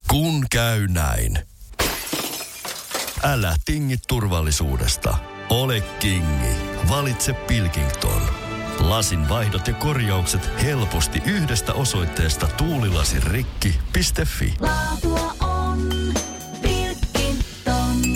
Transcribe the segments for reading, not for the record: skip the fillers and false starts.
Kun käy näin. Älä tingi turvallisuudesta. Ole kingi. Valitse Pilkington. Lasin vaihdot ja korjaukset helposti yhdestä osoitteesta tuulilasirikki.fi. Laatua on Pilkington.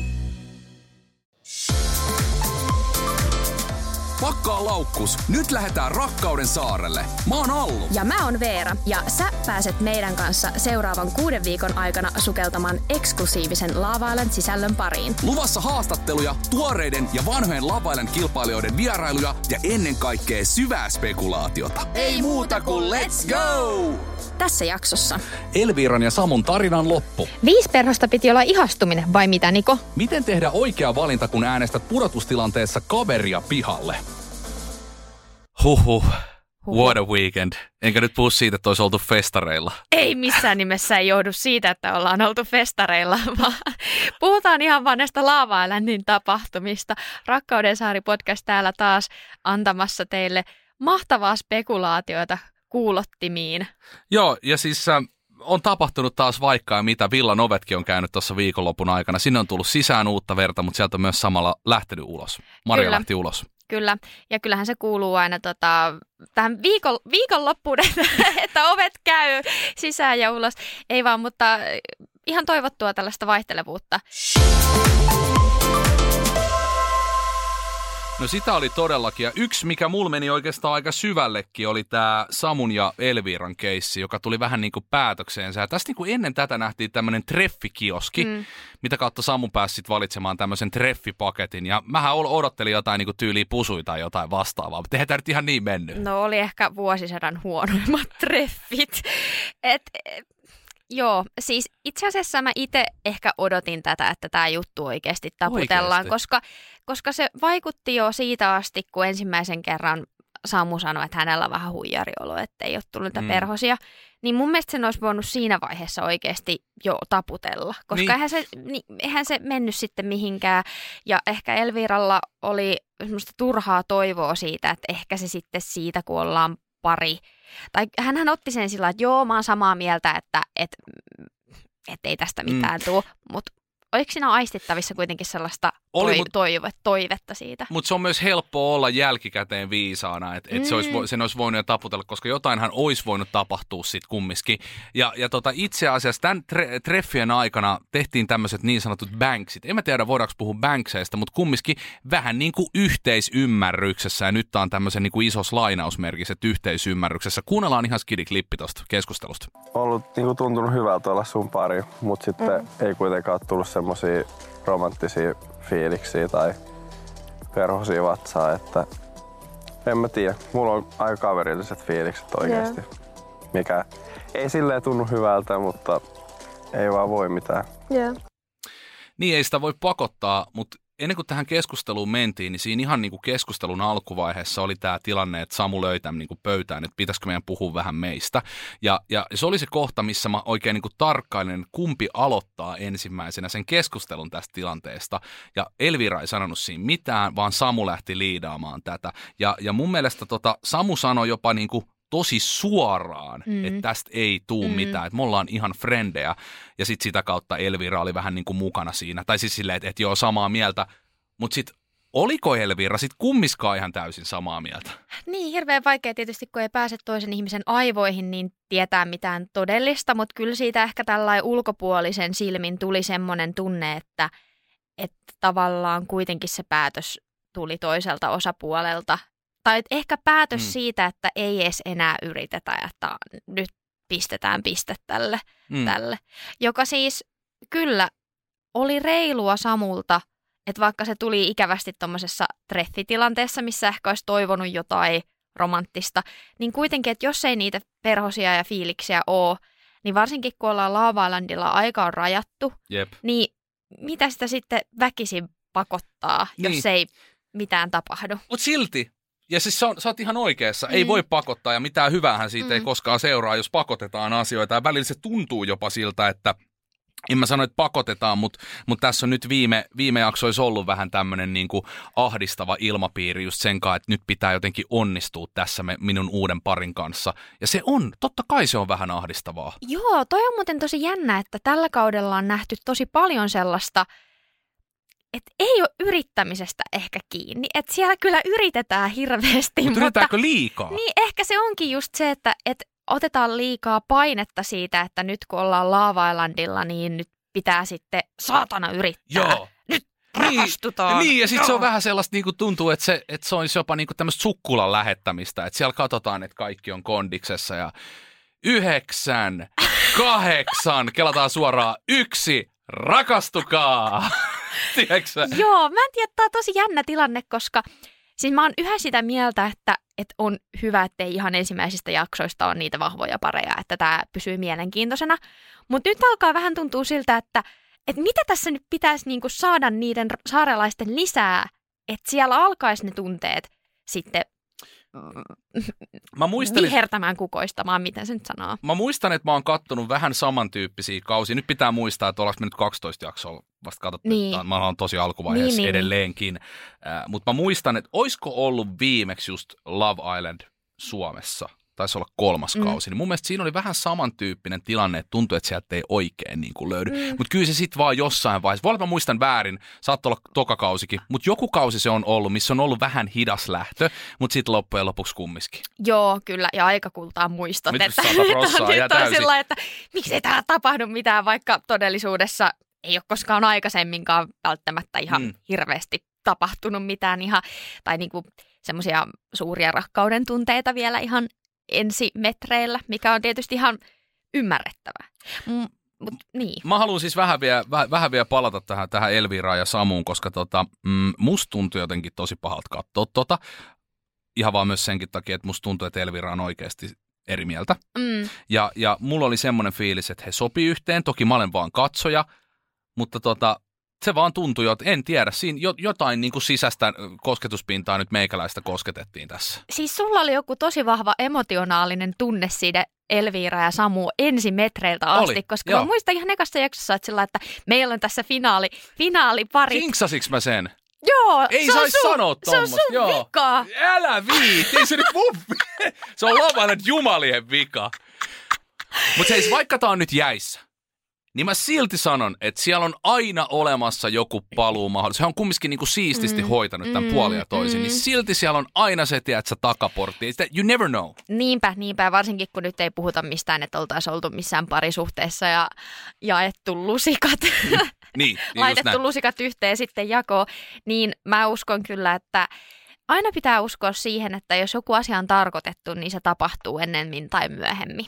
Pakkaa laukkus. Nyt lähdetään Rakkauden saarelle. Mä oon Allu. Ja mä oon Veera. Ja sä pääset meidän kanssa seuraavan 6 viikon aikana sukeltamaan eksklusiivisen Love Island sisällön pariin. Luvassa haastatteluja, tuoreiden ja vanhojen Love Island kilpailijoiden vierailuja ja ennen kaikkea syvää spekulaatiota. Ei muuta kuin let's go! Tässä jaksossa. Elviiran ja Samun tarinan loppu. 5 perhosta piti olla ihastuminen, vai mitä, Niko? Miten tehdä oikea valinta, kun äänestät pudotustilanteessa kaveria pihalle? Huhhuh. What a weekend. Enkä nyt puhu siitä, että olisi oltu festareilla. Ei missään nimessä ei johdu siitä, että ollaan oltu festareilla, vaan puhutaan ihan vaan näistä Love Islandin tapahtumista. Rakkauden saari podcast täällä taas antamassa teille mahtavaa spekulaatiota kuulottimiin. Joo, ja siis on tapahtunut taas vaikka ja mitä. Villanovetkin on käynyt tuossa viikonlopun aikana. Sinne on tullut sisään uutta verta, mutta sieltä on myös samalla lähtenyt ulos. Maria lähti ulos. Kyllä, ja kyllähän se kuuluu aina tähän viikonloppuun, että ovet käy sisään ja ulos. Ei vaan, mutta ihan toivottua tällaista vaihtelevuutta. No sitä oli todellakin. Ja yksi, mikä mulla meni oikeastaan aika syvällekin, oli tämä Samun ja Elviiran keissi, joka tuli vähän niin kuin päätökseensä. Ja tässä niin kuin ennen tätä nähtiin tämmöinen treffikioski, mitä kautta Samu pääsi sitten valitsemaan tämmöisen treffipaketin. Ja mähän odottelin jotain niin kuin tyyliä pusuja tai jotain vastaavaa, mutta eihän tämä nyt ihan niin mennyt. No oli ehkä vuosisadan huonoimmat treffit. Joo, siis itse asiassa mä itse ehkä odotin tätä, että tämä juttu oikeasti taputellaan, koska se vaikutti jo siitä asti, kun ensimmäisen kerran Samu sanoi, että hänellä on vähän huijariolo, että ei ole tullut niitä perhosia. Niin mun mielestä sen olisi voinut siinä vaiheessa oikeasti jo taputella, koska eihän se mennyt sitten mihinkään. Ja ehkä Elviiralla oli semmoista turhaa toivoa siitä, että ehkä se sitten siitä, kun ollaan pari. Tai hänhän otti sen sillä, että joo, mä oon samaa mieltä, että ei tästä mitään tule, mutta oliko siinä aistittavissa kuitenkin sellaista toivetta siitä? Mutta se on myös helppo olla jälkikäteen viisaana, että sen olisi voinut jo taputella, koska jotainhan olisi voinut tapahtua sitten kumminkin. Ja itse asiassa tämän treffien aikana tehtiin tämmöiset niin sanotut banksit. En mä tiedä, voidaanko puhua bankseista, mutta kumminkin vähän niin kuin yhteisymmärryksessä. Ja nyt on tämmöisen niin kuin isos lainausmerkissä, että yhteisymmärryksessä. Kuunnellaan ihan skidiklippi tuosta keskustelusta. Ollut niin kuin tuntunut hyvältä olla sun pari, mutta sitten ei kuitenkaan tullut semmosia romanttisia fiiliksiä tai perhosia vatsaa, että en mä tiedä. Mulla on aika kaverilliset fiilikset oikeesti, mikä ei silleen tunnu hyvältä, mutta ei vaan voi mitään. Niin ei sitä voi pakottaa, mutta ennen kuin tähän keskusteluun mentiin, niin siinä ihan niin kuin keskustelun alkuvaiheessa oli tämä tilanne, että Samu löi tämän niin kuin pöytään, että pitäisikö meidän puhua vähän meistä. Ja se oli se kohta, missä mä oikein niin kuin tarkkailen, kumpi aloittaa ensimmäisenä sen keskustelun tästä tilanteesta. Ja Elviira ei sanonut siinä mitään, vaan Samu lähti liidaamaan tätä. Ja mun mielestä Samu sanoi jopa niin kuin tosi suoraan, että tästä ei tuu mitään, että me ollaan ihan frendejä. Ja sitten sitä kautta Elviira oli vähän niin kuin mukana siinä. Tai siis silleen, että joo, samaa mieltä. Mutta sitten oliko Elviira sitten kummiskaan ihan täysin samaa mieltä? Niin, hirveän vaikea tietysti, kun ei pääse toisen ihmisen aivoihin, niin tietää mitään todellista. Mutta kyllä siitä ehkä tällainen ulkopuolisen silmin tuli semmoinen tunne, että tavallaan kuitenkin se päätös tuli toiselta osapuolelta. Tai ehkä päätös siitä, että ei edes enää yritetä, että nyt pistetään piste tälle. Joka siis kyllä oli reilua Samulta, että vaikka se tuli ikävästi tuommoisessa treffitilanteessa, missä ehkä olisi toivonut jotain romanttista, niin kuitenkin, että jos ei niitä perhosia ja fiiliksiä ole, niin varsinkin kun ollaan Love Islandilla aika on rajattu, niin mitä sitä sitten väkisin pakottaa, jos ei mitään tapahdu. Mutta silti. Ja siis sä oot ihan oikeassa. Ei voi pakottaa ja mitään hyväähän siitä ei koskaan seuraa, jos pakotetaan asioita. Ja välillä se tuntuu jopa siltä, että en mä sano, että pakotetaan, mutta tässä on nyt viime jaksoissa ollut vähän tämmöinen niinku ahdistava ilmapiiri just sen kanssa, että nyt pitää jotenkin onnistua tässä minun uuden parin kanssa. Ja se on, totta kai se on vähän ahdistavaa. Joo, toi on muuten tosi jännä, että tällä kaudella on nähty tosi paljon sellaista, että ei ole yrittämisestä ehkä kiinni. Että siellä kyllä yritetään hirveästi. Mutta yritetäänkö liikaa? Niin, ehkä se onkin just se, että otetaan liikaa painetta siitä, että nyt kun ollaan Love Islandilla, niin nyt pitää sitten saatana yrittää. Joo. Nyt rakastutaan. Niin, ja sitten se on vähän sellaista, niin kuin tuntuu, että se olisi jopa niin kuin tämmöistä sukkulan lähettämistä. Että siellä katsotaan, että kaikki on kondiksessa ja 9, 8, kelataan suoraan 1, rakastukaa. Tiedätkö? Joo, mä en tiedä, tämä on tosi jännä tilanne, koska siis mä oon yhä sitä mieltä, että on hyvä, ettei ihan ensimmäisistä jaksoista ole niitä vahvoja pareja, että tämä pysyy mielenkiintoisena. Mutta nyt alkaa vähän tuntua siltä, että mitä tässä nyt pitäisi niinku saada niiden saarelaisten lisää, että siellä alkaisi ne tunteet sitten vihertämään, kukoistamaan, miten se nyt sanoo. Mä muistan, että mä oon kattonut vähän samantyyppisiä kausia. Nyt pitää muistaa, että ollaanko me nyt 12 jaksoa vasta katsottu. Niin. Mä oon tosi alkuvaiheessa edelleenkin. Mutta mä muistan, että oisko ollut viimeksi just Love Island Suomessa, taisi olla 3. kausi, niin mun mielestä siinä oli vähän samantyyppinen tilanne, että tuntui, että sieltä ei oikein niin kuin löydy. Mutta kyllä se sitten vaan jossain vaiheessa, voi olla, mä muistan väärin, saattaa olla tokakausikin, mutta joku kausi se on ollut, missä on ollut vähän hidas lähtö, mutta sitten loppujen lopuksi kumminkin. Joo, kyllä, ja aikakultaa muistot, nyt että nyt on sillä, että miksi ei täällä tapahdu mitään, vaikka todellisuudessa ei ole koskaan aikaisemminkaan välttämättä ihan hirveästi tapahtunut mitään ihan, tai niinku semmoisia suuria rakkauden tunteita vielä ihan ensimetreillä, mikä on tietysti ihan ymmärrettävää. Niin. Mä haluan siis vähän vielä palata tähän Elviraan ja Samuun, koska musta tuntui jotenkin tosi pahalta katsoa ihan vaan myös senkin takia, että musta tuntuu, että Elvira on oikeasti eri mieltä. Ja mulla oli semmoinen fiilis, että he sopii yhteen. Toki mä olen vaan katsoja, mutta se vaan tuntui, että en tiedä, siinä jotain niin kuin sisäistä kosketuspintaa nyt meikäläistä kosketettiin tässä. Siis sulla oli joku tosi vahva emotionaalinen tunne siitä Elvira ja Samu ensimetreiltä asti, koska mä muistan ihan ekassa jaksossa, että meillä on tässä finaaliparit. Kinksasiksi mä sen? Joo, ei saisi sanoa tommoista. Se on sun vika. Älä viitti, ei se nyt mun se on Love Island jumalien vika. Mutta siis vaikka tää on nyt jäissä, niin mä silti sanon, että siellä on aina olemassa joku paluumahdollisuus. He on kumminkin niinku siististi hoitanut tämän puolin ja toisin, niin silti siellä on aina se, tiedätkö, takaportti. You never know. Niinpä, varsinkin kun nyt ei puhuta mistään, että oltaisiin oltu missään parisuhteessa ja jaettu lusikat. Niin, laitettu lusikat yhteen sitten jakoon, niin mä uskon kyllä, että aina pitää uskoa siihen, että jos joku asia on tarkoitettu, niin se tapahtuu ennemmin tai myöhemmin.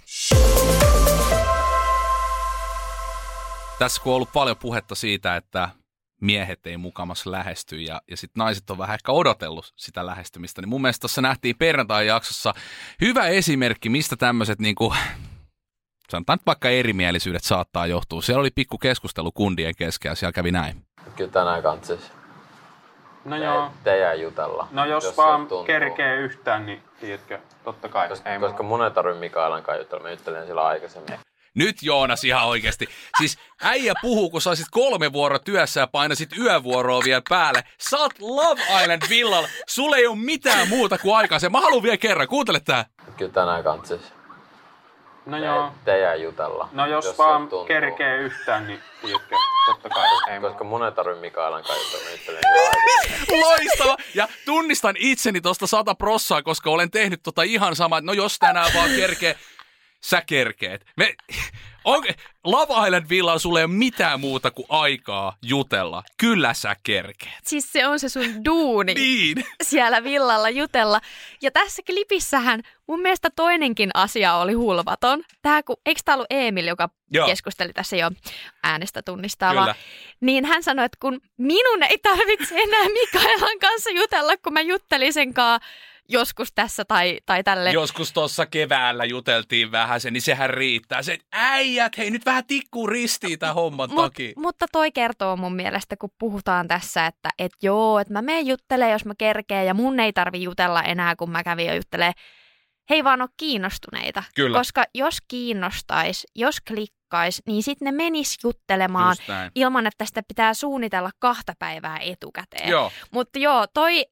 Tässä kun on ollut paljon puhetta siitä, että miehet ei mukamassa lähesty ja sitten naiset on vähän ehkä odotellut sitä lähestymistä, niin mun mielestä tuossa nähtiin perjantai-jaksossa hyvä esimerkki, mistä tämmöiset niinku, sanotaan nyt vaikka erimielisyydet saattaa johtua. Siellä oli pikku keskustelu kundien kesken ja siellä kävi näin. Kyllä tänään kantsisi. No joo. Teidän jutella. No jos vaan kerkee yhtään, niin tiedätkö, totta kai. Koska mun ei tarvitse Mikaelan kanssa jutella, mä juttelen sillä aikaisemmin. Nyt Joonas ihan oikeasti. Siis äijä puhuu, kun saisit 3 vuorotyössä ja painasit yövuoroa vielä päälle. Sä oot Love Island villalla. Sulla ei ole mitään muuta kuin aikaa. Mä haluan vielä kerran. Kuuntele tää. Kyllä tänään kantsisi. No joo. Teidän jutella. No jos vaan kerkee yhtään, niin tiedätkö, totta kai. Koska mun ei tarvitse Mikaelan kanssa jutella, mä juttelen sillä aikaisemmin. Loistava. Ja tunnistan itseni tosta 100%, koska olen tehnyt ihan samaa. No jos tänään vaan kerkee. Sä kerkeet. Love Island Villalla sulle ei ole mitään muuta kuin aikaa jutella. Kyllä sä kerkeet. Siis se on se sun duuni niin. Siellä villalla jutella. Ja tässä klipissähän mun mielestä toinenkin asia oli hulvaton. Eikö tää ollut Emil, joka keskusteli tässä jo äänestä tunnistavaa? Niin hän sanoi, että kun minun ei tarvitse enää Mikaelan kanssa jutella, kun mä juttelin sen kanssa joskus tässä tai tälle. Joskus tuossa keväällä juteltiin vähän sen, niin sehän riittää. Se, äijät, hei nyt vähän tikkuu ristiin tämän homman takia. Mutta toi kertoo mun mielestä, kun puhutaan tässä, että joo, että mä menen juttelemaan, jos mä kerkeen ja mun ei tarvi jutella enää, kun mä kävin jo juttelemaan. he ei vaan ole kiinnostuneita. Kyllä. Koska jos kiinnostaisi, jos klikkaisi, niin sitten ne menis juttelemaan ilman, että sitä pitää suunnitella 2 päivää etukäteen. Mutta joo,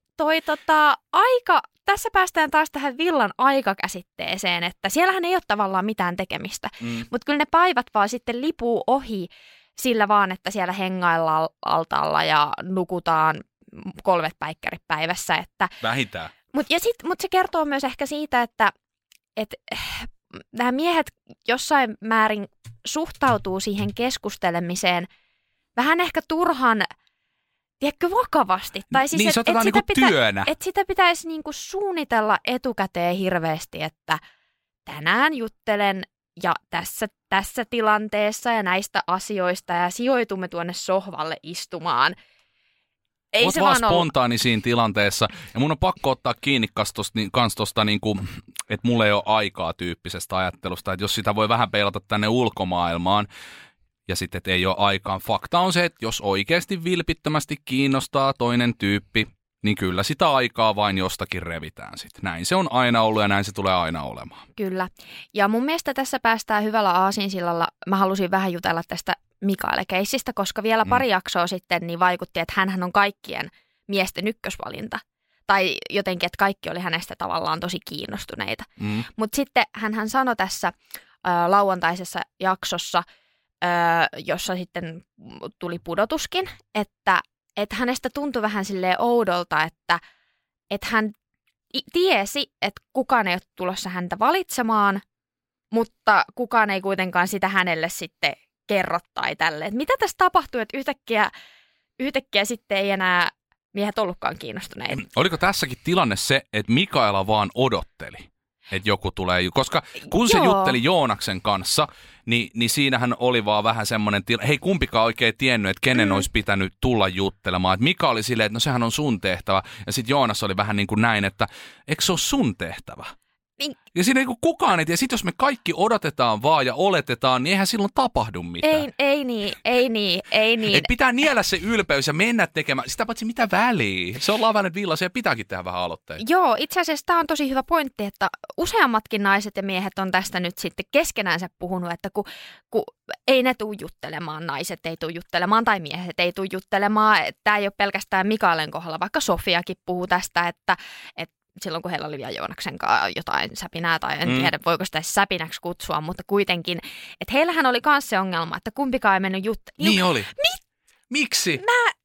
aika, tässä päästään taas tähän villan aikakäsitteeseen, että siellähän ei ole tavallaan mitään tekemistä. Mutta kyllä ne päivät vaan sitten lipuu ohi sillä vaan, että siellä hengaillaan altaalla ja nukutaan 3 päikkärit päivässä. Että vähintään. Mutta se kertoo myös ehkä siitä, että nämä miehet jossain määrin suhtautuu siihen keskustelemiseen vähän ehkä turhan, tiedätkö, vakavasti. Tai siis, niin se otetaan niinku työnä. Että sitä pitäisi niinku suunnitella etukäteen hirveästi, että tänään juttelen ja tässä tilanteessa ja näistä asioista ja sijoitumme tuonne sohvalle istumaan. Ei oot se vaan vaan spontaani siinä tilanteessa. Ja mun on pakko ottaa kiinni kans tosta niinku, että mulla ei ole aikaa tyyppisestä ajattelusta. Että jos sitä voi vähän peilata tänne ulkomaailmaan ja sitten, että ei ole aikaa. Fakta on se, että jos oikeasti vilpittömästi kiinnostaa toinen tyyppi, niin kyllä sitä aikaa vain jostakin revitään sitten. Näin se on aina ollut ja näin se tulee aina olemaan. Kyllä. Ja mun mielestä tässä päästään hyvällä aasinsillalla. Mä halusin vähän jutella tästä Mikael-keissistä, koska vielä pari jaksoa sitten niin vaikutti, että hänhän on kaikkien miesten ykkösvalinta. Tai jotenkin, että kaikki oli hänestä tavallaan tosi kiinnostuneita. Mutta sitten hän sanoi tässä lauantaisessa jaksossa, jossa sitten tuli pudotuskin, että hänestä tuntui vähän silleen oudolta, että hän tiesi, että kukaan ei ole tulossa häntä valitsemaan, mutta kukaan ei kuitenkaan sitä hänelle sitten kerro tai tälleen. Mitä tässä tapahtui, että yhtäkkiä sitten ei enää miehet ollutkaan kiinnostuneita? Oliko tässäkin tilanne se, että Mikaela vaan odotteli, että joku tulee? Koska kun se jutteli Joonaksen kanssa, niin siinähän oli vaan vähän semmoinen hei, kumpikaan oikein tiennyt, että kenen olisi pitänyt tulla juttelemaan. Et Mika oli silleen, että no sehän on sun tehtävä. Ja sitten Joonas oli vähän niin kuin näin, että eikö se ole sun tehtävä? Ja siinä ei kukaan ei tiedä. Sitten jos me kaikki odotetaan vaan ja oletetaan, niin eihän silloin tapahdu mitään. Ei niin. Et pitää niellä se ylpeys ja mennä tekemään. Sitä paitsi mitä väliä. Se on lavainen villa, se pitääkin tehdä vähän aloitteita. Joo, itse asiassa tämä on tosi hyvä pointti, että useammatkin naiset ja miehet on tästä nyt sitten keskenäänsä puhunut, että kun ei ne tule juttelemaan, naiset ei tule juttelemaan tai miehet ei tule juttelemaan. Tämä ei ole pelkästään Mikaelen kohdalla, vaikka Sofiakin puhuu tästä, että silloin kun heillä oli vielä Joonaksen kanssa jotain säpinää, tai en tiedä voiko sitä säpinäksi kutsua, mutta kuitenkin, että heillähän oli myös se ongelma, että kumpikaan ei mennyt juttelemaan. Niin oli. Miksi?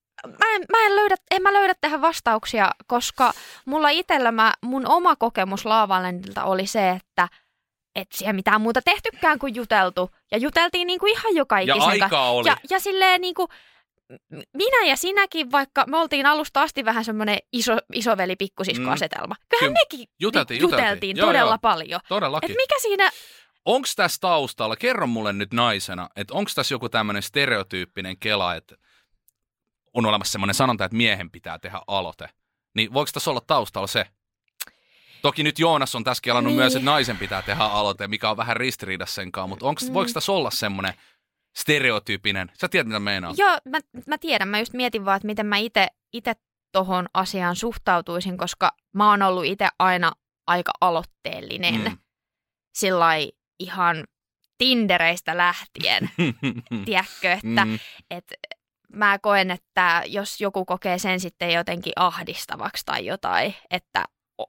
En mä löydä tähän vastauksia, koska mulla itsellä mun oma kokemus Laavalendilta oli se, että siellä mitään muuta tehtykään kuin juteltu. Ja juteltiin niinku ihan joka ikisen kanssa. Ja aikaa oli. Ja silleen niinku minä ja sinäkin, vaikka me oltiin alusta asti vähän semmoinen isoveli-pikkusisko-asetelma. Kyllähän mekin juteltiin todella paljon. Todellakin. Et mikä siinä... Onko tässä taustalla, kerro mulle nyt naisena, että onko tässä joku tämmöinen stereotyyppinen kela, että on olemassa semmoinen sanonta, että miehen pitää tehdä aloite. Niin voiko tässä olla taustalla se? Toki nyt Joonas on tässä kelannut myös, että naisen pitää tehdä aloite, mikä on vähän ristiriidassa senkaan, mutta voiko tässä olla semmoinen stereotyyppinen? Sä tiedät, mitä meinaa? Joo, mä tiedän. Mä just mietin vaan, että miten mä itse tohon asiaan suhtautuisin, koska mä oon ollut itse aina aika aloitteellinen. Sillai ihan Tindereistä lähtien. Tiedätkö, että mä koen, että jos joku kokee sen sitten jotenkin ahdistavaksi tai jotain, että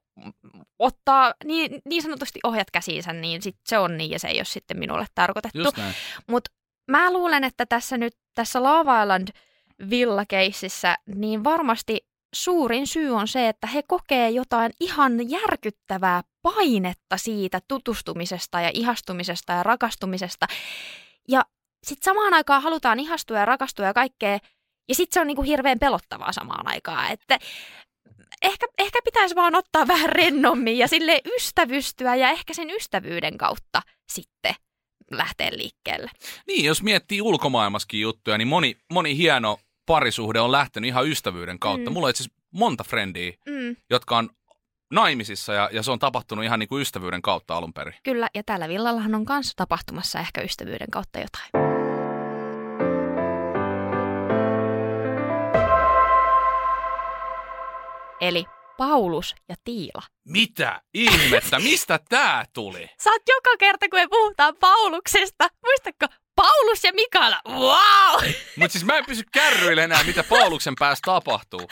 ottaa niin sanotusti ohjat käsiinsä, niin sit se on niin ja se ei ole sitten minulle tarkoitettu. Mutta mä luulen, että tässä Love Island villa-keississä niin varmasti suurin syy on se, että he kokee jotain ihan järkyttävää painetta siitä tutustumisesta ja ihastumisesta ja rakastumisesta. Ja sitten samaan aikaan halutaan ihastua ja rakastua ja kaikkea, ja sitten se on niinku hirveän pelottavaa samaan aikaan. Että ehkä pitäisi vaan ottaa vähän rennommin ja silleen ystävystyä ja ehkä sen ystävyyden kautta sitten lähteä liikkeelle. Niin, jos miettii ulkomaailmaskin juttuja, niin moni hieno parisuhde on lähtenyt ihan ystävyyden kautta. Mulla on itse asiassa monta frendiä, jotka on naimisissa ja se on tapahtunut ihan niin kuin ystävyyden kautta alun perin. Kyllä, ja tällä villallahan on kanssa tapahtumassa ehkä ystävyyden kautta jotain. Eli Paulus ja Tiila. Mitä ihmettä? Mistä tää tuli? Sä oot joka kerta, kun me puhutaan Pauluksesta. Muistatko? Paulus ja Mikaela. Wow! Mut siis mä en pysy kärryillä enää, mitä Pauluksen päässä tapahtuu.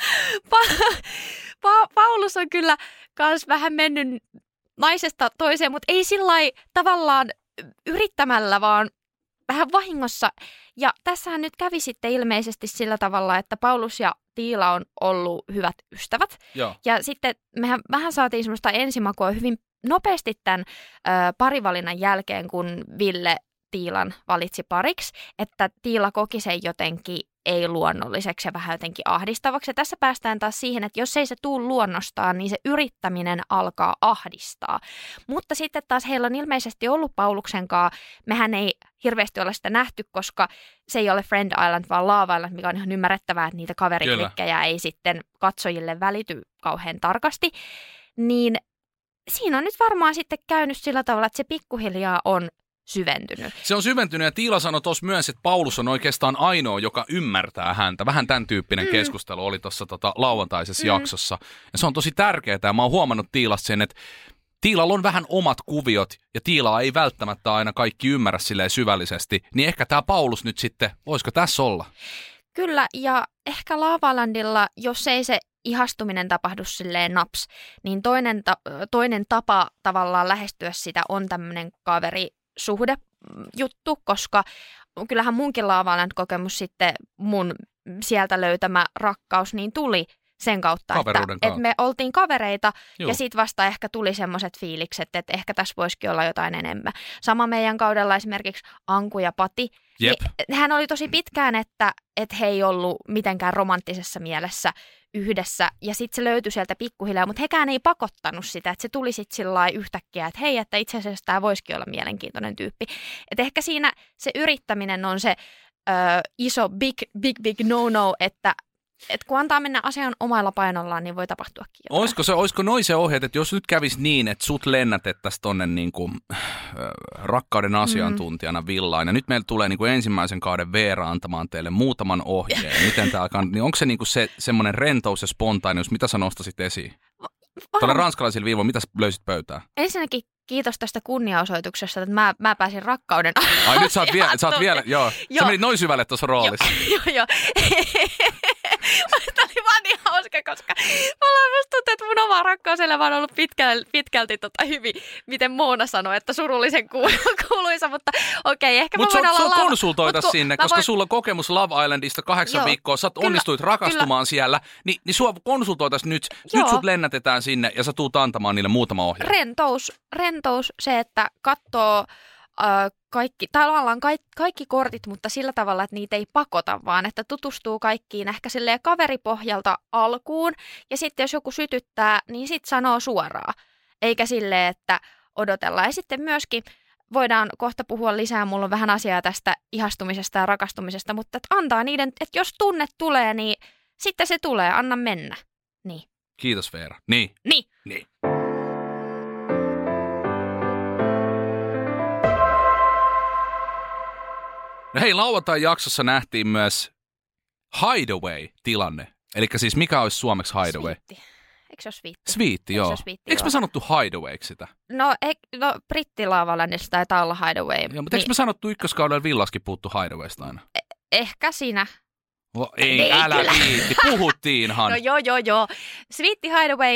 Paulus on kyllä kans vähän mennyt naisesta toiseen, mutta ei sillai tavallaan yrittämällä, vaan vähän vahingossa. Ja tässähän nyt kävi sitten ilmeisesti sillä tavalla, että Paulus ja Tiila on ollut hyvät ystävät. Joo. Ja sitten mehän vähän saatiin semmoista ensimakua hyvin nopeasti tämän parivalinnan jälkeen, kun Ville Tiilan valitsi pariksi, että Tiila koki sen jotenkin ei-luonnolliseksi ja vähän jotenkin ahdistavaksi. Ja tässä päästään taas siihen, että jos ei se tule luonnostaan, niin se yrittäminen alkaa ahdistaa. Mutta sitten taas heillä on ilmeisesti ollut Pauluksen kanssa, mehän ei hirveästi ole sitä nähty, koska se ei ole Friend Island, vaan Love Island, mikä on ihan ymmärrettävää, että niitä kaveriklikkejä ei sitten katsojille välity kauhean tarkasti. Niin siinä on nyt varmaan sitten käynyt sillä tavalla, että se pikkuhiljaa on syventynyt. Se on syventynyt ja Tiila sanoi tuossa myös, että Paulus on oikeastaan ainoa, joka ymmärtää häntä. Vähän tämän tyyppinen keskustelu oli tuossa lauantaisessa jaksossa. Ja se on tosi tärkeää ja mä oon huomannut Tiilasta sen, että Tiilalla on vähän omat kuviot ja Tiilaa ei välttämättä aina kaikki ymmärrä silleen syvällisesti. Niin ehkä tämä Paulus nyt sitten, voisiko tässä olla? Kyllä ja ehkä Love Islandilla, jos ei se ihastuminen tapahdu silleen naps, niin toinen tapa tavallaan lähestyä sitä on tämmöinen kaverisuhdejuttu, koska kyllähän munkin Love Island-kokemus sitten mun sieltä löytämä rakkaus niin tuli sen kautta, että me oltiin kavereita. Juu. Ja sitten vasta ehkä tuli semmoiset fiilikset, että ehkä tässä voisikin olla jotain enemmän. Sama meidän kaudella esimerkiksi Anku ja Pati. Niin hän oli tosi pitkään, että he ei ollut mitenkään romanttisessa mielessä yhdessä. Ja sitten se löytyi sieltä pikkuhiljaa, mutta hekään ei pakottanut sitä. Että se tuli sitten sillä lailla yhtäkkiä, että hei, että itse asiassa tämä voisikin olla mielenkiintoinen tyyppi. Että ehkä siinä se yrittäminen on se iso big no, että kun antaa mennä asian omalla painollaan, niin voi tapahtuakin jotain. Olisiko noin se ohjeet, että jos nyt kävisi niin, että sut lennätettäisiin tonne niin kuin, rakkauden asiantuntijana villaan, ja nyt meillä tulee niin kuin ensimmäisen kauden Veera antamaan teille muutaman ohjeen, miten tämä alkaa, niin onko se, niin kuin se semmoinen rentous ja spontaanius, mitä sä nostasit esiin? Tuolla ranskalaisilla viivoilla, mitä löysit pöytään? Ensinnäkin kiitos tästä kunniaosoituksesta, että mä pääsin rakkauden. Ai nyt sä oot vielä, joo. Sä menit noin syvälle tuossa roolissa. Joo. Tämä oli vaan niin hauska, koska musta tuntuu, että mun oma rakkauselämä on ollut pitkälti hyvin, miten Moona sanoi, että surullisen kuuluisa, mutta okei, ehkä mä voin olla Mutta konsultoita sinne, koska sulla on kokemus Love Islandista 8 viikkoa, sä onnistuit rakastumaan siellä, niin sua konsultoitaisiin nyt sut lennätetään sinne ja sä tuut antamaan niille muutama ohje. Rentous se, että katsoo kaikki kortit, mutta sillä tavalla, että niitä ei pakota, vaan että tutustuu kaikkiin ehkä silleen kaveripohjalta alkuun. Ja sitten jos joku sytyttää, niin sitten sanoo suoraan. Eikä silleen, että odotellaan. Ja sitten myöskin voidaan kohta puhua lisää, mulla on vähän asiaa tästä ihastumisesta ja rakastumisesta, mutta että antaa niiden, että jos tunne tulee, niin sitten se tulee, anna mennä. Niin. Kiitos Veera. Niin. No hei, lauantain jaksossa nähtiin myös hideaway-tilanne. Eli siis mikä olisi suomeksi hideaway? Eikö se ole sviitti? Sviitti, joo. Eikö me sanottu hideawayksi sitä? No brittilaavalannissa taitaa olla hideaway. Joo, mutta eikö me sanottu ykköskaudella Villaskin puuttu hideawaysta aina? Ehkä siinä. Ei, älä viitti, puhuttiinhan. No joo. Sviitti hideaway,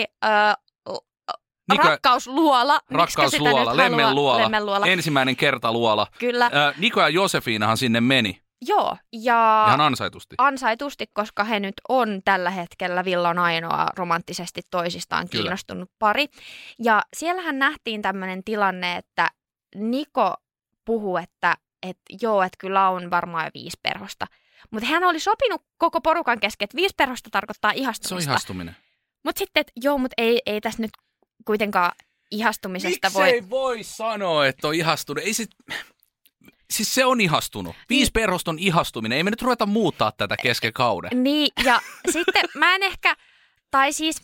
rakkausluola, lemmenluola, ensimmäinen kertaluola. Kyllä. Niko ja Josefinahan sinne meni. Joo, ja ihan ansaitusti. Ansaitusti, koska he nyt on tällä hetkellä Villan ainoa romanttisesti toisistaan kiinnostunut pari. Ja siellähän nähtiin tämmöinen tilanne, että Niko puhui, että kyllä on varmaan jo 5 perhosta. Mutta hän oli sopinut koko porukan kesken, että 5 perhosta tarkoittaa ihastumista. Se on ihastuminen. Mutta sitten, että mutta ei tässä nyt kuitenkaan ihastumisesta Miksei voi sanoa, että on ihastunut? Ei siis se on ihastunut. 5 perhosta on ihastuminen. Ei me nyt ruveta muuttaa tätä kesken kauden. Niin, ja sitten mä en ehkä, tai siis,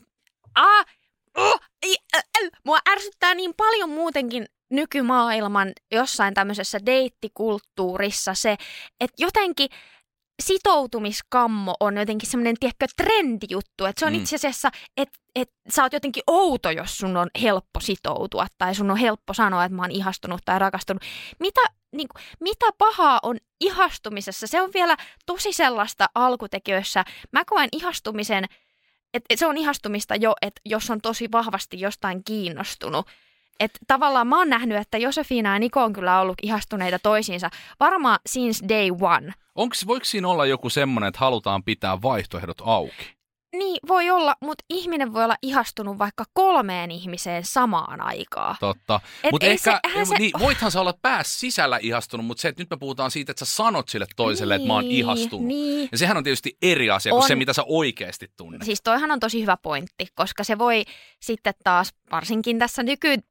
mua ärsyttää niin paljon muutenkin nykymaailman jossain tämmöisessä deittikulttuurissa se, että jotenkin sitoutumiskammo on jotenkin semmoinen, tiedätkö, trendijuttu. Että se on itse asiassa, että sä oot jotenkin outo, jos sun on helppo sitoutua tai sun on helppo sanoa, että mä oon ihastunut tai rakastunut. Mitä pahaa on ihastumisessa? Se on vielä tosi sellaista alkutekijöissä. Mä koen ihastumisen, että se on ihastumista jo, että jos on tosi vahvasti jostain kiinnostunut. Että tavallaan mä oon nähnyt, että Josefina ja Niko on kyllä ollut ihastuneita toisiinsa varmaan since day one. Voiko siinä olla joku semmoinen, että halutaan pitää vaihtoehdot auki? Niin, voi olla, mutta ihminen voi olla ihastunut vaikka 3 ihmiseen samaan aikaan. Totta. Mutta voithan sä olla päässä sisällä ihastunut, mutta se, että nyt me puhutaan siitä, että sä sanot sille toiselle, että mä oon ihastunut. Niin. Ja sehän on tietysti eri asia kuin se, mitä sä oikeasti tunnet. Siis toihan on tosi hyvä pointti, koska se voi sitten taas, varsinkin tässä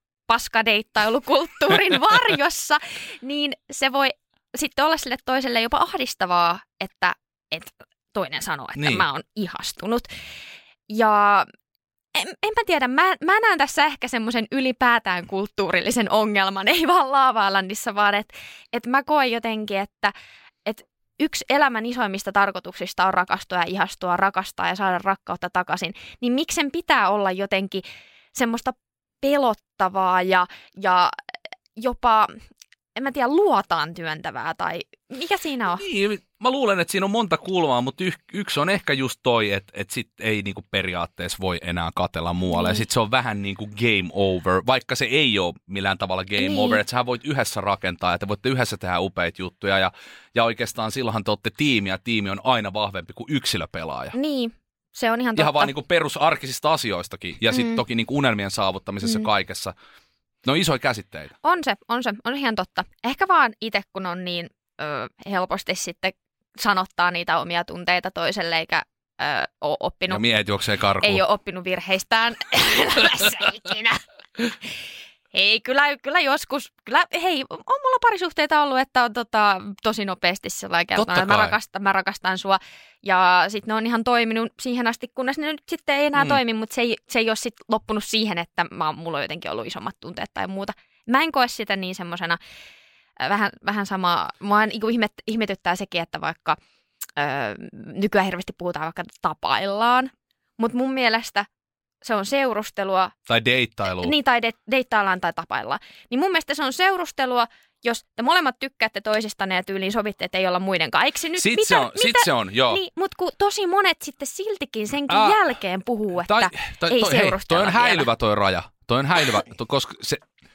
paskadeittailukulttuurin varjossa, niin se voi sitten olla sille toiselle jopa ahdistavaa, että toinen sanoo, että mä oon ihastunut. Ja enpä tiedä, mä näen tässä ehkä semmoisen ylipäätään kulttuurillisen ongelman, ei vaan Lava Islandissa, vaan että mä koen jotenkin, että yksi elämän isoimmista tarkoituksista on rakastua ja ihastua, rakastaa ja saada rakkautta takaisin. Niin miksen pitää olla jotenkin semmoista pelottavaa ja jopa, en mä tiedä, luotaan työntävää tai mikä siinä on? Niin, mä luulen, että siinä on monta kulmaa, mutta yksi on ehkä just toi, että sit ei niinku periaatteessa voi enää katsella muualle. Niin. Ja sit se on vähän niin kuin game over, vaikka se ei ole millään tavalla game over, että sähän voit yhdessä rakentaa ja te voitte yhdessä tehdä upeita juttuja ja oikeastaan silloinhan te olette tiimi ja tiimi on aina vahvempi kuin yksilöpelaaja. Niin. Se on ihan totta. Ihan vaan niinku perusarkisista asioistakin ja sitten toki niinku unelmien saavuttamisessa kaikessa. Ne on isoja käsitteitä. On ihan totta. Ehkä vaan itse, kun on niin helposti sitten sanottaa niitä omia tunteita toiselle, eikä ole oppinut. Ja miehet juoksee karkuun. Ei ole oppinut virheistään elämässä ikinä. Hei, kyllä joskus, on mulla parisuhteita ollut, että on tosi nopeasti sellainen kertaa, että mä rakastan sua. Ja sitten ne on ihan toiminut siihen asti, kunnes ne nyt sitten ei enää toimi, mutta se ei ole sitten loppunut siihen, että mulla on jotenkin ollut isommat tunteet tai muuta. Mä en koe sitä niin semmosena, vähän sama, mua ihmetyttää sekin, että vaikka nykyään hirveästi puhutaan vaikka tapaillaan, mutta mun mielestä se on seurustelua. Tai deittailua. Niin, tai deittaillaan tai tapaillaan. Niin mun mielestä se on seurustelua, jos te molemmat tykkäätte toisistanne ja tyyliin sovitte, että ei olla muidenkaan. Eikö se nyt? Se on, joo. Niin, mutta kun tosi monet sitten siltikin senkin jälkeen puhuu, että ei seurustella toi on häilyvä toi raja. Toi on häilyvä, koska se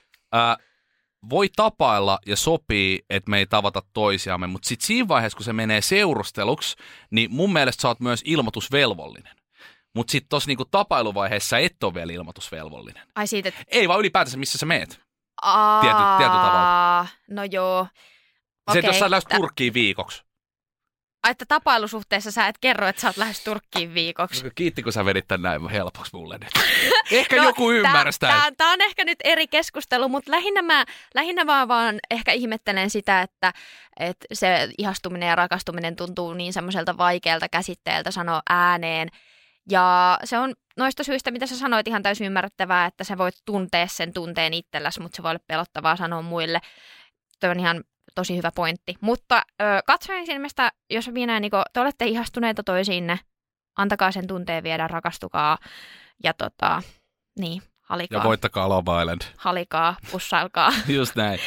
voi tapailla ja sopii, että me ei tavata toisiamme, mutta sitten siinä vaiheessa, kun se menee seurusteluksi, niin mun mielestä sä oot myös ilmoitusvelvollinen. Mutta sitten tuossa niinku tapailuvaiheessa et ole vielä ilmoitusvelvollinen. Ai siitä, ei vaan ylipäätänsä, missä sä meet. Tietty tavalla. No joo. Se, jos sä lähdet Turkkiin viikoksi. Ai, että tapailusuhteessa sä et kerro, että sä oot lähes Turkkiin viikoksi. Kiitti, kun sä vedit tän näin helpoksi mulle nyt. Ehkä joku ymmärstää. Tää on ehkä nyt eri keskustelu, mutta lähinnä mä vaan ehkä ihmettelen sitä, että se ihastuminen ja rakastuminen tuntuu niin semmoiselta vaikealta käsitteeltä sanoa ääneen. Ja se on noista syistä, mitä sä sanoit, ihan täysin ymmärrettävää, että sä voit tuntea sen tunteen itselläsi, mutta se voi olla pelottavaa sanoa muille. Tuo on ihan tosi hyvä pointti. Mutta katsojen silmästä, jos Viina ja Niko, te olette ihastuneita toisiinne, antakaa sen tunteen viedä, rakastukaa ja niin, halikaa. Ja voittakaa Love Island. Halikaa, pussailkaa. Just näin.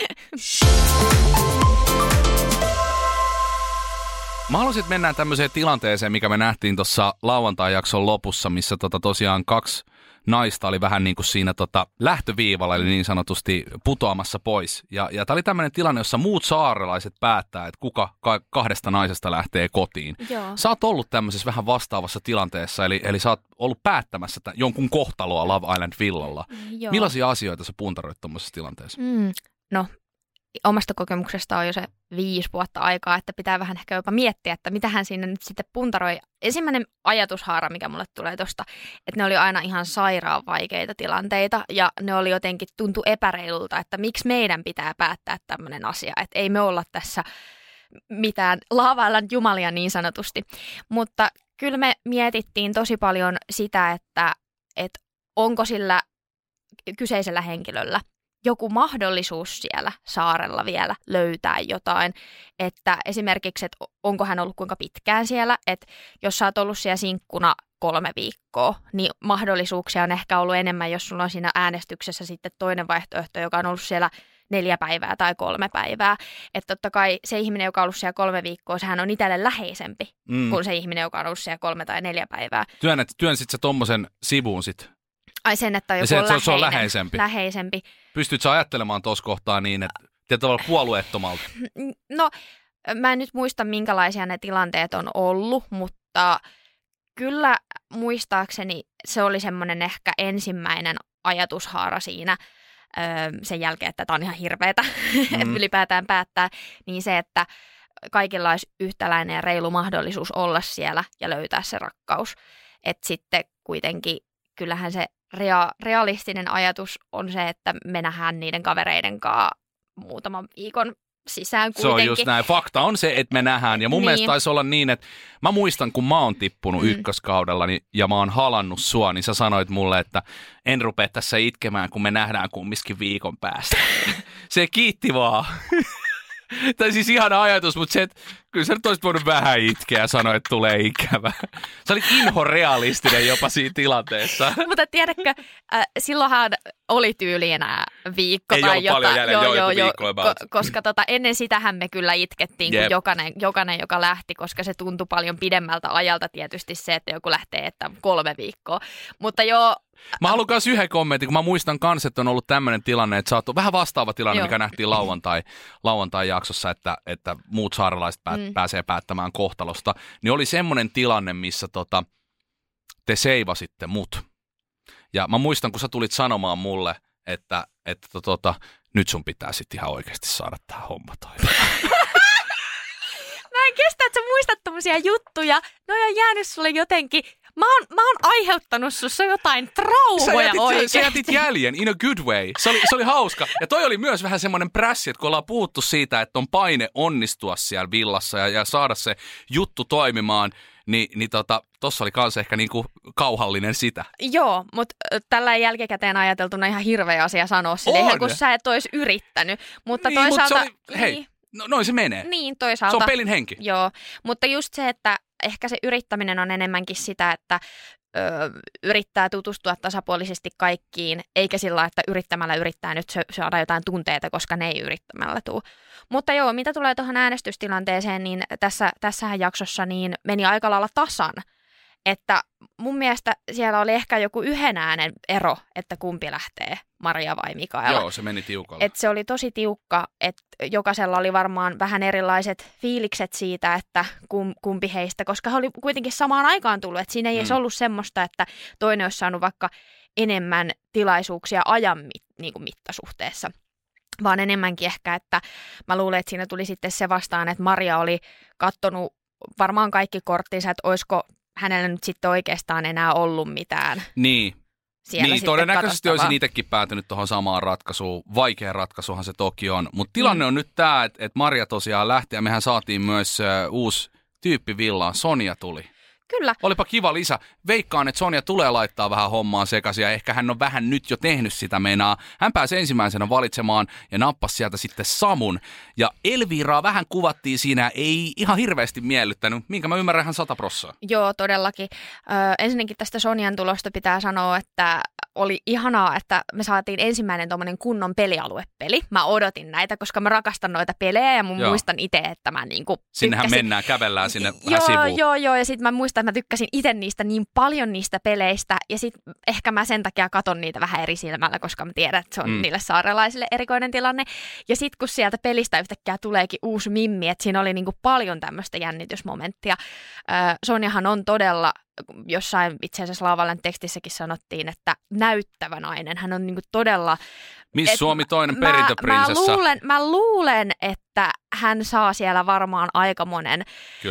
Mä haluaisin, että mennään tämmöiseen tilanteeseen, mikä me nähtiin tuossa lauantai-jakson lopussa, missä tosiaan 2 naista oli vähän niin kuin siinä lähtöviivalla, eli niin sanotusti putoamassa pois. Ja tää oli tämmöinen tilanne, jossa muut saarelaiset päättää, että kuka 2 naisesta lähtee kotiin. Joo. Sä oot ollut tämmöisessä vähän vastaavassa tilanteessa, eli sä oot ollut päättämässä jonkun kohtaloa Love Island villalla. Joo. Millaisia asioita sä puntaroit tuommoisessa tilanteessa? No, omasta kokemuksesta on jo se 5 vuotta aikaa, että pitää vähän ehkä jopa miettiä, että mitähän siinä nyt sitten puntaroi. Ensimmäinen ajatushaara, mikä mulle tulee tosta, että ne oli aina ihan sairaan vaikeita tilanteita ja ne oli jotenkin tuntu epäreilulta, että miksi meidän pitää päättää tämmöinen asia, että ei me olla tässä mitään Love Island jumalia niin sanotusti. Mutta kyllä me mietittiin tosi paljon sitä, että onko sillä kyseisellä henkilöllä joku mahdollisuus siellä saarella vielä löytää jotain. Että esimerkiksi, että onko hän ollut kuinka pitkään siellä, että jos sä oot ollut siellä sinkkuna 3 viikkoa, niin mahdollisuuksia on ehkä ollut enemmän, jos sulla on siinä äänestyksessä sitten toinen vaihtoehto, joka on ollut siellä 4 päivää tai 3 päivää. Että totta kai se ihminen, joka on ollut siellä 3 viikkoa, sehän on itselle läheisempi kuin se ihminen, joka on ollut siellä 3 tai 4 päivää. Työnsit sä tommosen sivuun sit? Ai sen, että on joku se on läheisempi. Pystytkö sä ajattelemaan tuossa kohtaa niin, että tietyllä tavalla puolueettomalta? No, mä en nyt muista, minkälaisia ne tilanteet on ollut, mutta kyllä muistaakseni se oli semmoinen ehkä ensimmäinen ajatushaara siinä sen jälkeen, että tämä on ihan hirveetä, että ylipäätään päättää, niin se, että kaikilla olisi yhtäläinen ja reilu mahdollisuus olla siellä ja löytää se rakkaus. Että sitten kuitenkin kyllähän se realistinen ajatus on se, että me nähdään niiden kavereiden kanssa muutaman viikon sisään kuitenkin. Se on just näin. Fakta on se, että me nähdään. Ja mun mielestä taisi olla niin, että mä muistan, kun mä oon tippunut ykköskaudellani ja mä oon halannut sua, niin sä sanoit mulle, että en rupea tässä itkemään, kun me nähdään kumminkin viikon päästä. Se kiitti vaan. Tai siis ihana ajatus, mutta se, että kyllä sä nyt olisit voinut vähän itkeä ja sanoa, että tulee ikävä. Sä olit inhorealistinen jopa siinä tilanteessa. Mutta tiedätkö, silloinhan oli tyyli enää viikko ei tai jotain. Koska ennen sitähän me kyllä itkettiin, kun jokainen, joka lähti, koska se tuntui paljon pidemmältä ajalta tietysti se, että joku lähtee, että 3 viikkoa. Mutta mä haluan myös yhden kommentin, kun mä muistan kans, että on ollut tämmöinen tilanne, että saattu vähän vastaava tilanne, mikä nähtiin lauantai-jaksossa, että muut saarelaiset pääsee päättämään kohtalosta, niin oli semmoinen tilanne, missä te seivasitte mut. Ja mä muistan, kun sä tulit sanomaan mulle, että nyt sun pitää sitten ihan oikeasti saada tää homma toimimaan. Mä en kestä, että sä muistat tommosia juttuja. Ne on jäänyt sulle jotenkin. Mä oon aiheuttanut sussa jotain traumoja oikein. Sä jätit jäljen in a good way. Se oli hauska. Ja toi oli myös vähän semmoinen prässi, että kun ollaan puhuttu siitä, että on paine onnistua siellä villassa ja saada se juttu toimimaan, niin tossa oli kans ehkä niinku kauhallinen sitä. Joo, mutta tällä jälkikäteen ajateltuna ihan hirveä asia sanoa silleen, kun sä et ois yrittänyt. Mutta niin, toisaalta... Hei, noin se menee. Niin, toisaalta. Se on pelin henki. Joo, mutta just se, että ehkä se yrittäminen on enemmänkin sitä, että yrittää tutustua tasapuolisesti kaikkiin, eikä sillä, että yrittämällä yrittää nyt saada jotain tunteita, koska ne ei yrittämällä tule. Mutta joo, mitä tulee tuohon äänestystilanteeseen, niin tässähän jaksossa niin meni aika lailla tasan. Että mun mielestä siellä oli ehkä joku 1 äänen ero, että kumpi lähtee, Maria vai Mikaela. Joo, se meni tiukalla. Että se oli tosi tiukka, että jokaisella oli varmaan vähän erilaiset fiilikset siitä, että kumpi heistä, koska he oli kuitenkin samaan aikaan tullut. Että siinä ei edes ollut semmoista, että toinen olisi saanut vaikka enemmän tilaisuuksia ajan mittasuhteessa. Vaan enemmänkin ehkä, että mä luulen, että siinä tuli sitten se vastaan, että Maria oli kattonut varmaan kaikki korttinsa, että olisiko hänellä nyt sitten oikeastaan enää ollut mitään. Niin, todennäköisesti olisin itsekin päätynyt tuohon samaan ratkaisuun. Vaikea ratkaisuhan se toki on. Mutta tilanne on nyt tämä, että Maria tosiaan lähti ja mehän saatiin myös uusi tyyppi villaan. Sonja tuli. Kyllä. Olipa kiva lisä. Veikkaan, että Sonja tulee laittaa vähän hommaa sekaisin ja ehkä hän on vähän nyt jo tehnyt sitä meinaa. Hän pääsi ensimmäisenä valitsemaan ja nappasi sieltä sitten Samun. Ja Elviraa vähän kuvattiin siinä, ei ihan hirveästi miellyttänyt, minkä mä ymmärrän ihan 100%. Joo, todellakin. Ensinnäkin tästä Sonjan tulosta pitää sanoa, että oli ihanaa, että me saatiin ensimmäinen tommonen kunnon pelialuepeli. Mä odotin näitä, koska mä rakastan noita pelejä ja muistan itse, että mä niinku sinnehän tykkäsin. Mennään, kävellään sinne vähän sivuun. Joo, ja sitten mä muistan, että mä tykkäsin itse niistä niin paljon niistä peleistä ja sitten ehkä mä sen takia katon niitä vähän eri silmällä, koska mä tiedän, että se on niille saarelaisille erikoinen tilanne. Ja sitten kun sieltä pelistä yhtäkkiä tuleekin uusi mimmi, että siinä oli niinku paljon tämmöistä jännitysmomenttia. Sonjahan on todella, jossain itse asiassa Laavalan tekstissäkin sanottiin, että näyttävä nainen. Hän on niinku todella... Miss Suomi toinen perintöprinsessa. Mä luulen, että hän saa siellä varmaan aika monen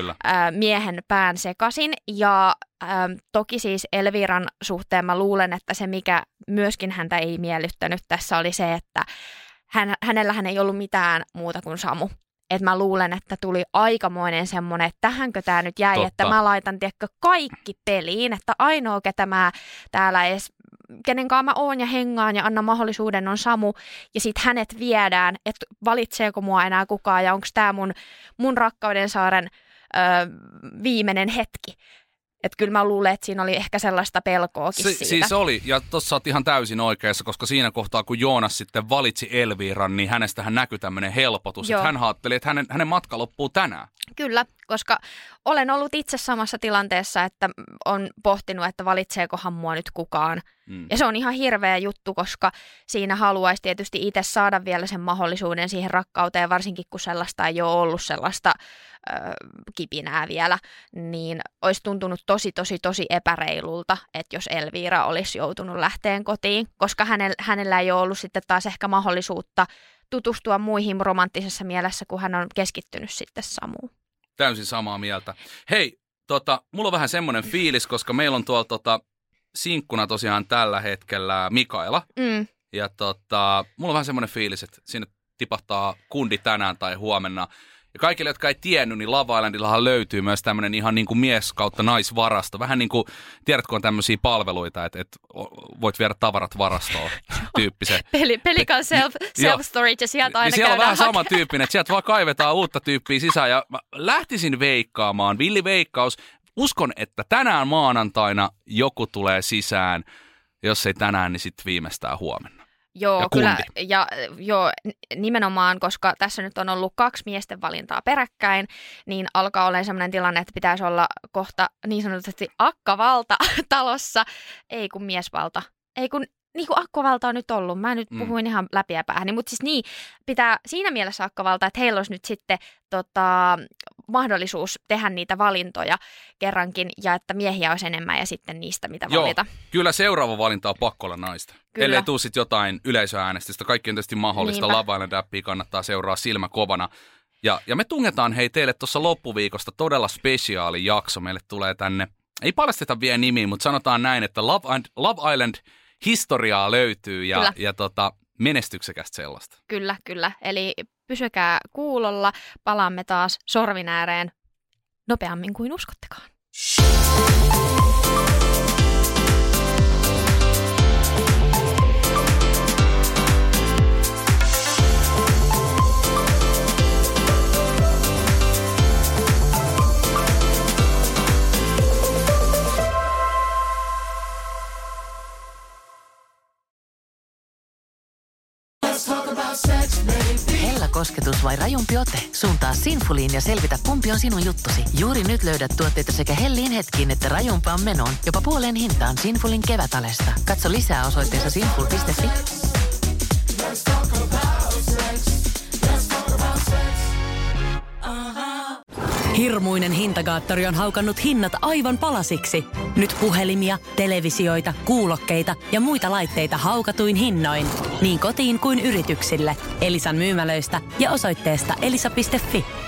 miehen pään sekaisin. Ja toki siis Elviran suhteen mä luulen, että se mikä myöskin häntä ei miellyttänyt tässä oli se, että hänellähän ei ollut mitään muuta kuin Samu. Että mä luulen, että tuli aikamoinen semmoinen, että tähänkö tämä nyt jäi, että mä laitan kaikki peliin, että ainoa ketä mä täällä edes kenenkaan mä oon ja hengaan ja annan mahdollisuuden, on Samu. Ja sitten hänet viedään, että valitseeko mua enää kukaan ja onko tämä mun rakkauden saaren viimeinen hetki. Että kyllä mä luulen, että siinä oli ehkä sellaista pelkoakin siitä. Siis oli, ja tuossa oot ihan täysin oikeassa, koska siinä kohtaa, kun Joonas sitten valitsi Elviran, niin hänestähän näkyi tämmöinen helpotus. Että hän ajatteli, että hänen matka loppuu tänään. Kyllä, koska olen ollut itse samassa tilanteessa, että on pohtinut, että valitseekohan mua nyt kukaan. Ja se on ihan hirveä juttu, koska siinä haluaisi tietysti itse saada vielä sen mahdollisuuden siihen rakkauteen, varsinkin kun sellaista ei ole ollut sellaista kipinää vielä, niin olisi tuntunut tosi epäreilulta, että jos Elvira olisi joutunut lähteen kotiin, koska hänellä ei ole ollut sitten taas ehkä mahdollisuutta tutustua muihin romanttisessa mielessä, kun hän on keskittynyt sitten Samuun. Täysin samaa mieltä. Hei, mulla on vähän semmoinen fiilis, koska meillä on tuolla sinkkuna tosiaan tällä hetkellä Mikaela. Ja mulla on vähän semmoinen fiilis, että sinne tipahtaa kundi tänään tai huomenna. Ja kaikille, jotka ei tiennyt, niin Love Islandillahan löytyy myös tämmöinen ihan niin kuin mies kautta naisvarasto. Vähän niin kuin, tiedätkö, on tämmöisiä palveluita, että voit viedä tavarat varastoon tyyppisen. Pelikan self-storage ja sieltä aina siellä on vähän hakea. sama tyyppinen, että sieltä vaan kaivetaan uutta tyyppiä sisään. Ja mä lähtisin veikkaamaan, villiveikkaus. Uskon, että tänään maanantaina joku tulee sisään. Jos ei tänään, niin sitten viimeistään huomenna. Joo, kyllä. Ja nimenomaan, koska tässä nyt on ollut 2 miesten valintaa peräkkäin, niin alkaa olla sellainen tilanne, että pitäisi olla kohta niin sanotusti akkavalta talossa. Ei kun miesvalta. Ei kun niin kuin akkavalta on nyt ollut. Mä nyt puhuin ihan läpiä päähän. Mutta siis niin, pitää siinä mielessä akkavalta, että heillä olisi nyt sitten mahdollisuus tehdä niitä valintoja kerrankin ja että miehiä olisi enemmän ja sitten niistä mitä valita. Joo, kyllä seuraava valinta on pakko olla naista. Kyllä. Ellei tule sitten jotain yleisöäänestystä, kaikki on tietysti mahdollista. Niinpä. Love Island-appia kannattaa seuraa silmä kovana. Ja me tungetaan teille tuossa loppuviikosta todella spesiaali jakso. Meille tulee tänne, ei paljasteta vielä nimiä, mutta sanotaan näin, että Love Island historiaa löytyy ja menestyksekästä sellaista. Kyllä. Eli pysykää kuulolla. Palaamme taas sorvin ääreen nopeammin kuin uskottekaan. Hella kosketus vai rajumpi ote? Suuntaa Sinfuliin ja selvitä, kumpi on sinun juttusi. Juuri nyt löydät tuotteita sekä helliin hetkiin että rajumpaan menoon. Jopa puoleen hintaan Sinfulin kevätalesta. Katso lisää osoitteessa sinful.fi. Hirmuinen hintakaattori on haukannut hinnat aivan palasiksi. Nyt puhelimia, televisioita, kuulokkeita ja muita laitteita haukatuin hinnoin. Niin kotiin kuin yrityksille. Elisan myymälöistä ja osoitteesta elisa.fi.